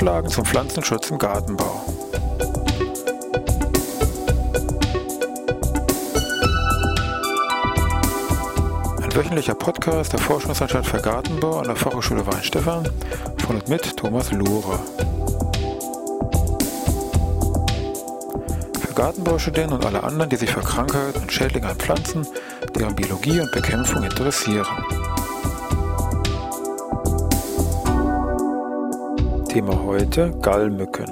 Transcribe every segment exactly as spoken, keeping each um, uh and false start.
Grundlagen zum Pflanzenschutz im Gartenbau. Ein wöchentlicher Podcast der Forschungsanstalt für Gartenbau an der Fachhochschule Weihenstephan von und mit Thomas Lohrer. Für Gartenbaustudenten und alle anderen, die sich für Krankheiten und Schädlinge an Pflanzen, deren Biologie und Bekämpfung interessieren. Thema heute: Gallmücken.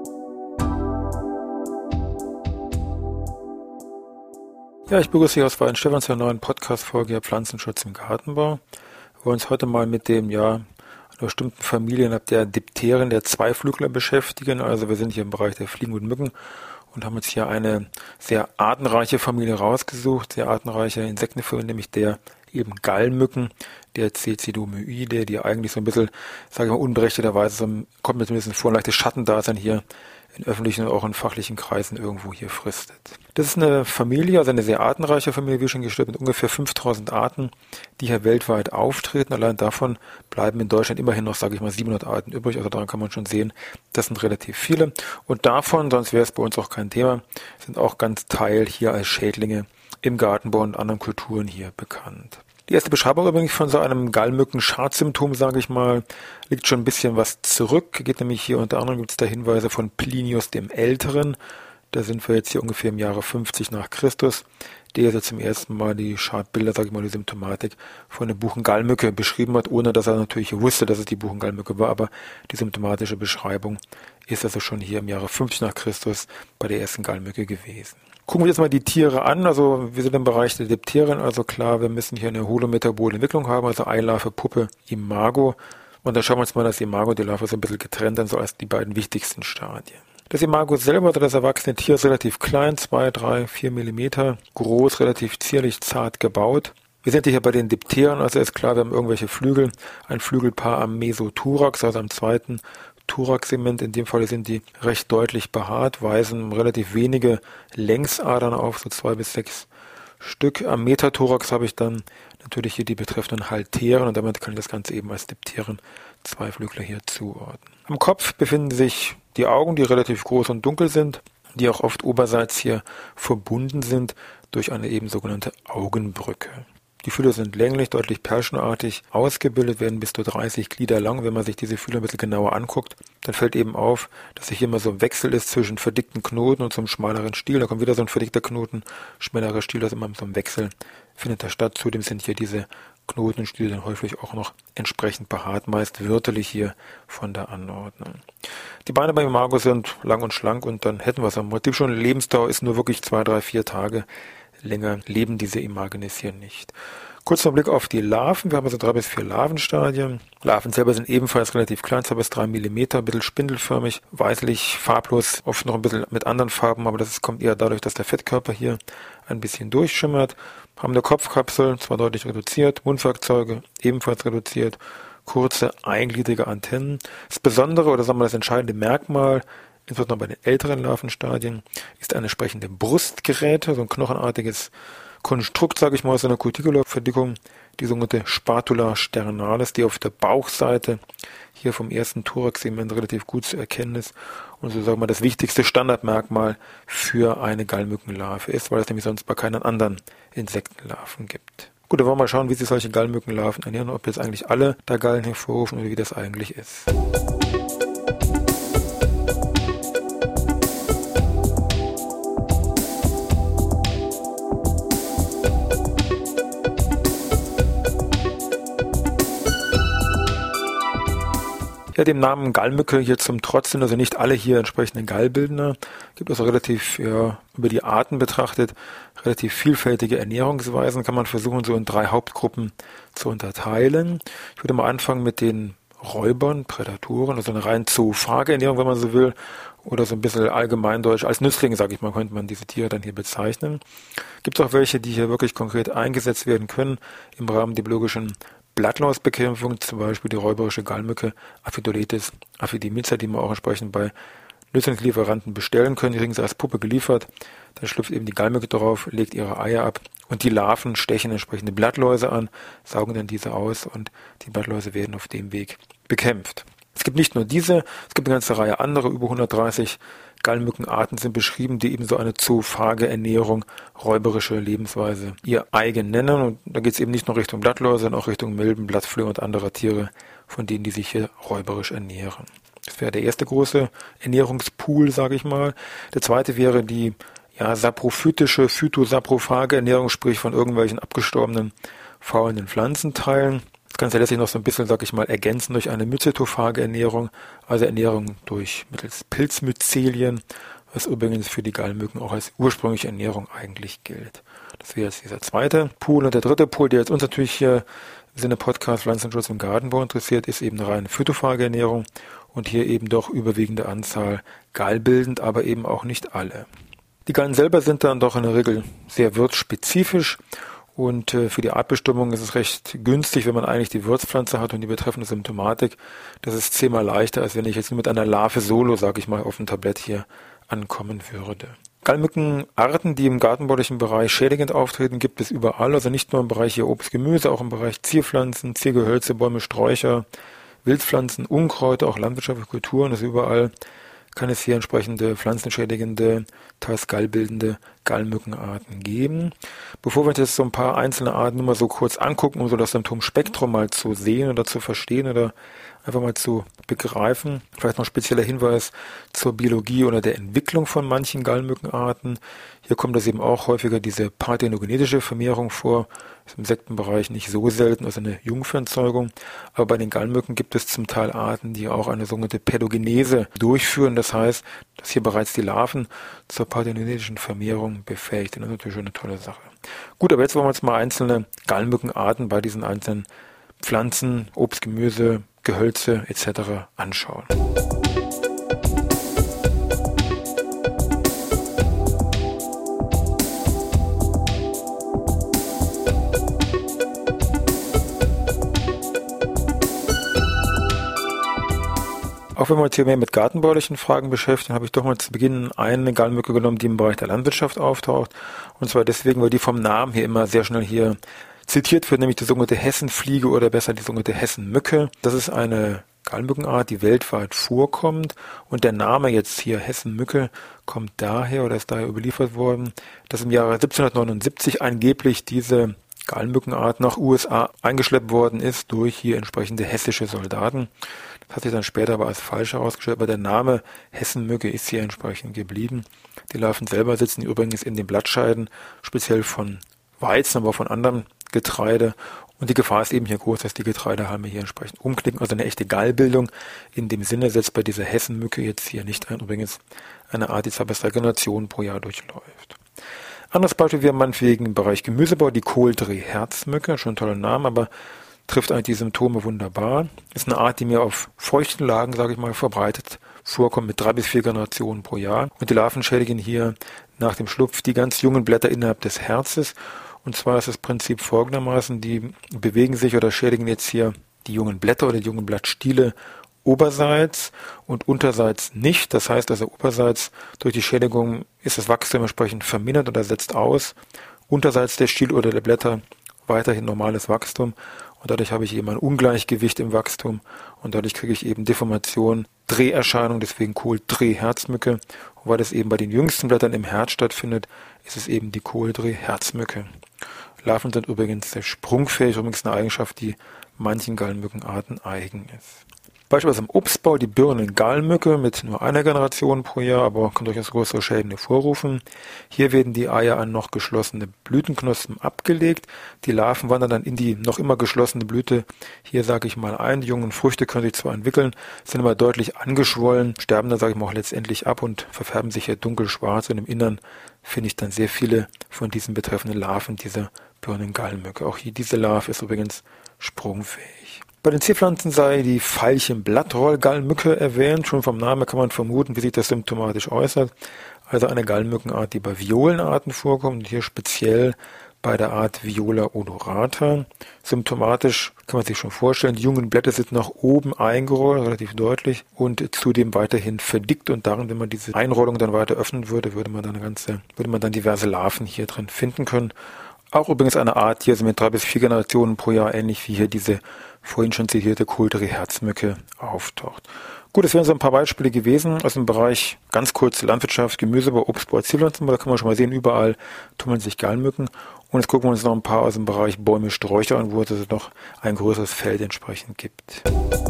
Ja, ich begrüße Sie aus Weihenstephan zur neuen Podcast-Folge Pflanzenschutz im Gartenbau. Wir wollen uns heute mal mit dem, ja, einer bestimmten Familie der Dipteren, der Zweiflügler beschäftigen. Also wir sind hier im Bereich der Fliegen und Mücken und haben uns hier eine sehr artenreiche Familie rausgesucht, sehr artenreiche Insektenfamilie, nämlich der eben Gallmücken, der Cecidomyoidae, die eigentlich so ein bisschen, sage ich mal, unberechtigterweise, so kommt mir zumindest vor, ein leichtes Schattendasein hier in öffentlichen und auch in fachlichen Kreisen irgendwo hier fristet. Das ist eine Familie, also eine sehr artenreiche Familie, wie schon gestellt, mit ungefähr fünftausend Arten, die hier weltweit auftreten. Allein davon bleiben in Deutschland immerhin noch, sage ich mal, siebenhundert Arten übrig. Also daran kann man schon sehen, das sind relativ viele. Und davon, sonst wäre es bei uns auch kein Thema, sind auch ganz Teil hier als Schädlinge im Gartenbau und anderen Kulturen hier bekannt. Die erste Beschreibung übrigens von so einem Gallmücken-Schadsymptom, sage ich mal, liegt schon ein bisschen was zurück. Geht nämlich hier unter anderem, gibt es da Hinweise von Plinius dem Älteren. Da sind wir jetzt hier ungefähr im Jahre fünfzig nach Christus, der also zum ersten Mal die Schadbilder, sage ich mal, die Symptomatik von der Buchengallmücke beschrieben hat, ohne dass er natürlich wusste, dass es die Buchengallmücke war, aber die symptomatische Beschreibung ist also schon hier im Jahre fünfzig nach Christus bei der ersten Gallmücke gewesen. Gucken wir jetzt mal die Tiere an. Also wir sind im Bereich der Dipteren, also klar, wir müssen hier eine holometabole Entwicklung haben, also Eilarve, Puppe, Imago. Und da schauen wir uns mal das Imago, die Larve ist ein bisschen getrennt, dann so als die beiden wichtigsten Stadien. Das Imago selber, also das erwachsene Tier, ist relativ klein, zwei, drei, vier Millimeter groß, relativ zierlich, zart gebaut. Wir sind hier bei den Dipteren, also ist klar, wir haben irgendwelche Flügel, ein Flügelpaar am Mesothorax, also am zweiten Thoraxsegment. In dem Fall sind die recht deutlich behaart, weisen relativ wenige Längsadern auf, so zwei bis sechs Stück. Am Metathorax habe ich dann natürlich hier die betreffenden Halteren und damit kann ich das Ganze eben als Dipteren Zweiflügler hier zuordnen. Am Kopf befinden sich die Augen, die relativ groß und dunkel sind, die auch oft oberseits hier verbunden sind durch eine eben sogenannte Augenbrücke. Die Fühler sind länglich, deutlich perschenartig ausgebildet, werden bis zu dreißig Glieder lang. Wenn man sich diese Fühler ein bisschen genauer anguckt, dann fällt eben auf, dass sich hier immer so ein Wechsel ist zwischen verdickten Knoten und so einem schmaleren Stiel. Da kommt wieder so ein verdickter Knoten, schmalerer Stiel, das ist immer so ein Wechsel, findet da statt. Zudem sind hier diese Knoten und Stiele dann häufig auch noch entsprechend behaart, meist wirtelig hier von der Anordnung. Die Beine beim Imago sind lang und schlank und dann hätten wir es am Prinzip schon. Lebensdauer ist nur wirklich zwei, drei, vier Tage. Länger leben diese Imagines hier nicht. Kurz noch ein Blick auf die Larven. Wir haben also drei bis vier Larvenstadien. Larven selber sind ebenfalls relativ klein, zwei bis drei Millimeter, ein bisschen spindelförmig, weißlich, farblos, oft noch ein bisschen mit anderen Farben, aber das kommt eher dadurch, dass der Fettkörper hier ein bisschen durchschimmert. Haben eine Kopfkapsel, zwar deutlich reduziert, Mundwerkzeuge ebenfalls reduziert, kurze, eingliedrige Antennen. Das Besondere oder sagen wir das entscheidende Merkmal, insbesondere bei den älteren Larvenstadien, ist eine entsprechende Brustgeräte, so ein knochenartiges Konstrukt, sage ich mal, aus einer Cuticular-Verdickung, die sogenannte Spatula sternalis, die auf der Bauchseite hier vom ersten Thoraxsegment relativ gut zu erkennen ist und so, sagen wir mal, das wichtigste Standardmerkmal für eine Gallmückenlarve ist, weil es nämlich sonst bei keinen anderen Insektenlarven gibt. Gut, dann wollen wir mal schauen, wie sich solche Gallmückenlarven ernähren, ob jetzt eigentlich alle da Gallen hervorrufen oder wie das eigentlich ist. Ja, dem Namen Gallmücke hier zum Trotz sind also nicht alle hier entsprechende Gallbildner. Gibt also relativ, ja, über die Arten betrachtet, relativ vielfältige Ernährungsweisen. Kann man versuchen, so in drei Hauptgruppen zu unterteilen. Ich würde mal anfangen mit den Räubern, Prädatoren, also eine rein zoophage Ernährung, wenn man so will, oder so ein bisschen allgemeindeutsch als Nützlinge, sage ich mal, könnte man diese Tiere dann hier bezeichnen. Gibt es auch welche, die hier wirklich konkret eingesetzt werden können im Rahmen der biologischen Blattlausbekämpfung, zum Beispiel die räuberische Gallmücke Aphidoletes affidimica, die man auch entsprechend bei Nützlingslieferanten bestellen können. Die kriegen sie als Puppe geliefert. Dann schlüpft eben die Gallmücke darauf, legt ihre Eier ab und die Larven stechen entsprechende Blattläuse an, saugen dann diese aus und die Blattläuse werden auf dem Weg bekämpft. Es gibt nicht nur diese, es gibt eine ganze Reihe anderer, über hundertdreißig Gallmückenarten sind beschrieben, die eben so eine Zoophage-Ernährung, räuberische Lebensweise ihr eigen nennen. Und da geht es eben nicht nur Richtung Blattläuse, sondern auch Richtung Milben, Blattflöhe und anderer Tiere, von denen die sich hier räuberisch ernähren. Das wäre der erste große Ernährungspool, sage ich mal. Der zweite wäre die ja, saprophytische, phytosaprophage Ernährung, sprich von irgendwelchen abgestorbenen, faulenden Pflanzenteilen. Das Ganze lässt sich noch so ein bisschen, sag ich mal, ergänzen durch eine myzetophage Ernährung, also Ernährung durch mittels Pilzmyzelien, was übrigens für die Gallmücken auch als ursprüngliche Ernährung eigentlich gilt. Das wäre jetzt dieser zweite Pool. Und der dritte Pool, der jetzt uns natürlich hier im Sinne Podcast Pflanzenschutz im Gartenbau interessiert, ist eben eine reine phytophage Ernährung und hier eben doch überwiegende Anzahl gallbildend, aber eben auch nicht alle. Die Gallen selber sind dann doch in der Regel sehr wirtsspezifisch. Und äh, für die Artbestimmung ist es recht günstig, wenn man eigentlich die Wirtspflanze hat und die betreffende Symptomatik. Das ist zehnmal leichter, als wenn ich jetzt nur mit einer Larve solo, sage ich mal, auf dem Tablett hier ankommen würde. Gallmückenarten, die im gartenbaulichen Bereich schädigend auftreten, gibt es überall. Also nicht nur im Bereich hier Obst, Gemüse, auch im Bereich Zierpflanzen, Ziergehölze, Bäume, Sträucher, Wildpflanzen, Unkräuter, auch landwirtschaftliche Kulturen, also überall kann es hier entsprechende pflanzenschädigende, teils gallbildende Gallmückenarten geben. Bevor wir uns jetzt so ein paar einzelne Arten nur mal so kurz angucken, um so das Symptomspektrum mal zu sehen oder zu verstehen oder einfach mal zu begreifen, vielleicht noch ein spezieller Hinweis zur Biologie oder der Entwicklung von manchen Gallmückenarten. Hier kommt das eben auch häufiger diese parthenogenetische Vermehrung vor. Ist im Insektenbereich nicht so selten, also eine Jungfernzeugung. Aber bei den Gallmücken gibt es zum Teil Arten, die auch eine sogenannte Pädogenese durchführen. Das heißt, dass hier bereits die Larven zur parthenogenetischen Vermehrung befähigt sind. Das ist natürlich schon eine tolle Sache. Gut, aber jetzt wollen wir uns mal einzelne Gallmückenarten bei diesen einzelnen Pflanzen, Obst, Gemüse, Gehölze et cetera anschauen. Auch wenn wir uns hier mehr mit gartenbaulichen Fragen beschäftigen, habe ich doch mal zu Beginn eine Gallmücke genommen, die im Bereich der Landwirtschaft auftaucht. Und zwar deswegen, weil die vom Namen hier immer sehr schnell hier zitiert wird, nämlich die sogenannte Hessenfliege oder besser die sogenannte Hessenmücke. Das ist eine Gallmückenart, die weltweit vorkommt. Und der Name jetzt hier Hessenmücke kommt daher oder ist daher überliefert worden, dass im Jahre siebzehnhundertneunundsiebzig angeblich diese Gallmückenart nach U S A eingeschleppt worden ist durch hier entsprechende hessische Soldaten. Das hat sich dann später aber als falsch herausgestellt, aber der Name Hessenmücke ist hier entsprechend geblieben. Die Larven selber sitzen übrigens in den Blattscheiden, speziell von Weizen, aber auch von anderem Getreide. Und die Gefahr ist eben hier groß, dass die Getreidehalme hier entsprechend umknicken. Also eine echte Gallbildung in dem Sinne setzt bei dieser Hessenmücke jetzt hier nicht ein. Übrigens eine Art, die zwar bis drei Generationen pro Jahr durchläuft. Anderes Beispiel wäre meinetwegen im Bereich Gemüsebau die Kohldrehherzmücke. Schon ein toller Name, aber trifft eigentlich die Symptome wunderbar. Ist eine Art, die mir auf feuchten Lagen, sage ich mal, verbreitet vorkommt mit drei bis vier Generationen pro Jahr. Und die Larven schädigen hier nach dem Schlupf die ganz jungen Blätter innerhalb des Herzes. Und zwar ist das Prinzip folgendermaßen, die bewegen sich oder schädigen jetzt hier die jungen Blätter oder die jungen Blattstiele oberseits und unterseits nicht. Das heißt also oberseits durch die Schädigung ist das Wachstum entsprechend vermindert oder setzt aus. Unterseits der Stiel oder der Blätter weiterhin normales Wachstum und dadurch habe ich eben ein Ungleichgewicht im Wachstum und dadurch kriege ich eben Deformation, Dreherscheinung, deswegen Kohldrehherzmücke. Und weil das eben bei den jüngsten Blättern im Herz stattfindet, ist es eben die Kohldrehherzmücke. Larven sind übrigens sehr sprungfähig, übrigens eine Eigenschaft, die manchen Gallmückenarten eigen ist. Beispielsweise im Obstbau die Birnengallmücke mit nur einer Generation pro Jahr, aber kann durchaus größere Schäden hervorrufen. Hier werden die Eier an noch geschlossene Blütenknospen abgelegt. Die Larven wandern dann in die noch immer geschlossene Blüte, hier sage ich mal ein. Die jungen Früchte können sich zwar entwickeln, sind aber deutlich angeschwollen, sterben dann, sage ich mal, auch letztendlich ab und verfärben sich hier dunkelschwarz. Und im Innern finde ich dann sehr viele von diesen betreffenden Larven dieser Birnengallmücke. Auch hier diese Larve ist übrigens sprungfähig. Bei den Zierpflanzen sei die Veilchen-Blattrollgallmücke erwähnt. Schon vom Namen kann man vermuten, wie sich das symptomatisch äußert. Also eine Gallmückenart, die bei Violenarten vorkommt und hier speziell bei der Art Viola odorata. Symptomatisch kann man sich schon vorstellen, die jungen Blätter sind nach oben eingerollt, relativ deutlich und zudem weiterhin verdickt und darin, wenn man diese Einrollung dann weiter öffnen würde, würde man dann eine ganze, würde man dann diverse Larven hier drin finden können. Auch übrigens eine Art, die also mit drei bis vier Generationen pro Jahr, ähnlich wie hier diese vorhin schon zitierte Kohldraeh-Herzmücke auftaucht. Gut, das wären so ein paar Beispiele gewesen aus dem Bereich ganz kurz Landwirtschaft, Gemüsebau, Obstbau, Zierpflanzen. Da kann man schon mal sehen, überall tummeln sich Gallenmücken. Und jetzt gucken wir uns noch ein paar aus dem Bereich Bäume, Sträucher an, wo es also noch ein größeres Feld entsprechend gibt.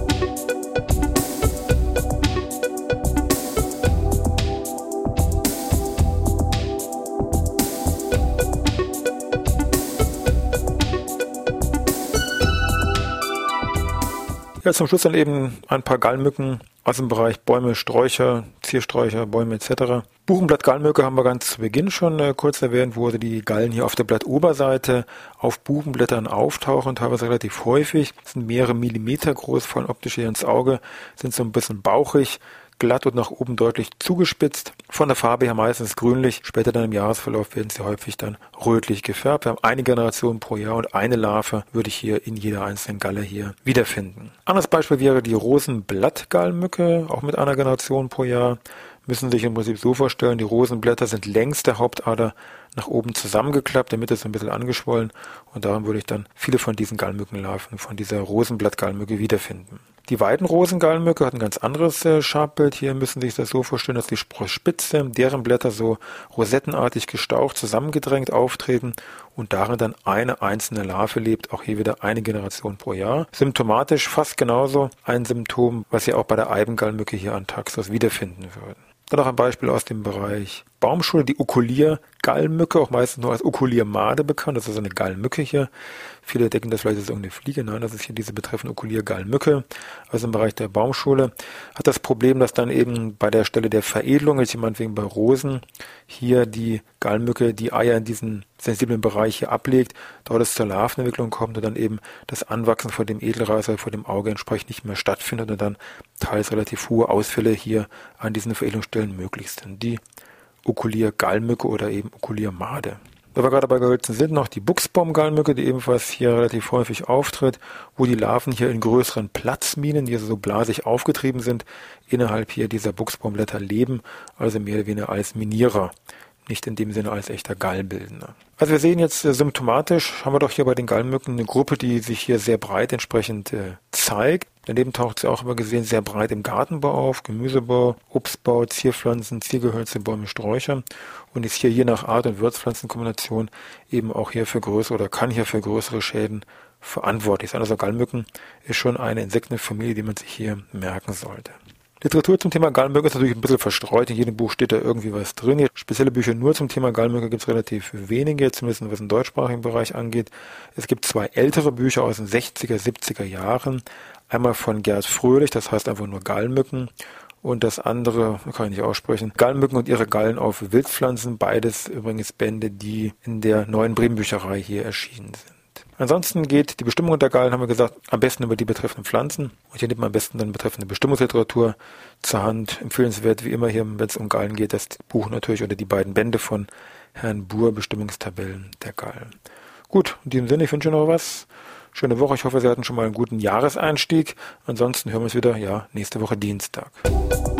Ja, zum Schluss dann eben ein paar Gallenmücken aus dem Bereich Bäume, Sträucher, Ziersträucher, Bäume et cetera. Buchenblatt-Gallenmücke haben wir ganz zu Beginn schon äh, kurz erwähnt, wo also die Gallen hier auf der Blattoberseite auf Buchenblättern auftauchen, teilweise relativ häufig, sind mehrere Millimeter groß, fallen optisch hier ins Auge, sind so ein bisschen bauchig, glatt und nach oben deutlich zugespitzt. Von der Farbe her meistens grünlich. Später dann im Jahresverlauf werden sie häufig dann rötlich gefärbt. Wir haben eine Generation pro Jahr und eine Larve würde ich hier in jeder einzelnen Galle hier wiederfinden. Anderes Beispiel wäre die Rosenblattgallenmücke, auch mit einer Generation pro Jahr. Müssen sich im Prinzip so vorstellen, die Rosenblätter sind längs der Hauptader nach oben zusammengeklappt, der Mitte ist ein bisschen angeschwollen und darin würde ich dann viele von diesen Gallenmückenlarven von dieser Rosenblattgallenmücke wiederfinden. Die Weidenrosengallenmücke hat ein ganz anderes äh, Schabbild. Hier müssen Sie sich das so vorstellen, dass die Sprossspitze, deren Blätter so rosettenartig gestaucht zusammengedrängt auftreten und darin dann eine einzelne Larve lebt, auch hier wieder eine Generation pro Jahr. Symptomatisch fast genauso ein Symptom, was Sie auch bei der Eibengallenmücke hier an Taxus wiederfinden würden. Dann noch ein Beispiel aus dem Bereich Baumschule, die Okuliergallenmücke, auch meistens nur als Okuliermade bekannt. Das ist eine Gallenmücke hier. Viele denken, das vielleicht ist irgendeine Fliege. Nein, das ist hier diese betreffende Okuliergallenmücke. Also im Bereich der Baumschule hat das Problem, dass dann eben bei der Stelle der Veredelung, jetzt jemand wegen bei Rosen, hier die Gallenmücke die Eier in diesen sensiblen Bereich hier ablegt, dort es zur Larvenentwicklung kommt und dann eben das Anwachsen vor dem Edelreißer, vor dem Auge entsprechend nicht mehr stattfindet und dann teils relativ hohe Ausfälle hier an diesen Veredelungsstellen möglich sind. Die Okuliergallenmücke oder eben Okuliermade. Da wir gerade dabei gehölzen sind, noch die Buchsbaumgallenmücke, die ebenfalls hier relativ häufig auftritt, wo die Larven hier in größeren Platzminen, die also so blasig aufgetrieben sind, innerhalb hier dieser Buchsbaumblätter leben, also mehr oder weniger als Minierer, nicht in dem Sinne als echter Gallbildender. Also wir sehen jetzt äh, symptomatisch, haben wir doch hier bei den Gallenmücken eine Gruppe, die sich hier sehr breit entsprechend äh, zeigt. Daneben taucht sie auch immer gesehen sehr breit im Gartenbau auf, Gemüsebau, Obstbau, Zierpflanzen, Ziergehölze, Bäume, Sträucher und ist hier je nach Art- und Wirtspflanzenkombination eben auch hier für größere oder kann hier für größere Schäden verantwortlich sein. Also Gallenmücken ist schon eine Insektenfamilie, die man sich hier merken sollte. Literatur zum Thema Gallenmücke ist natürlich ein bisschen verstreut. In jedem Buch steht da irgendwie was drin. Spezielle Bücher nur zum Thema Gallenmücke gibt es relativ wenige, zumindest was den deutschsprachigen Bereich angeht. Es gibt zwei ältere Bücher aus den sechziger, siebziger Jahren. Einmal von Gerd Fröhlich, das heißt einfach nur Gallenmücken. Und das andere, kann ich nicht aussprechen, Gallenmücken und ihre Gallen auf Wildpflanzen. Beides übrigens Bände, die in der neuen Bremen-Bücherei hier erschienen sind. Ansonsten geht die Bestimmung der Gallen, haben wir gesagt, am besten über die betreffenden Pflanzen. Und hier nimmt man am besten dann betreffende Bestimmungsliteratur zur Hand. Empfehlenswert wie immer hier, wenn es um Gallen geht, das Buch natürlich oder die beiden Bände von Herrn Buhr, Bestimmungstabellen der Gallen. Gut, in diesem Sinne, ich wünsche noch was. Schöne Woche. Ich hoffe, Sie hatten schon mal einen guten Jahreseinstieg. Ansonsten hören wir uns wieder, ja, nächste Woche Dienstag.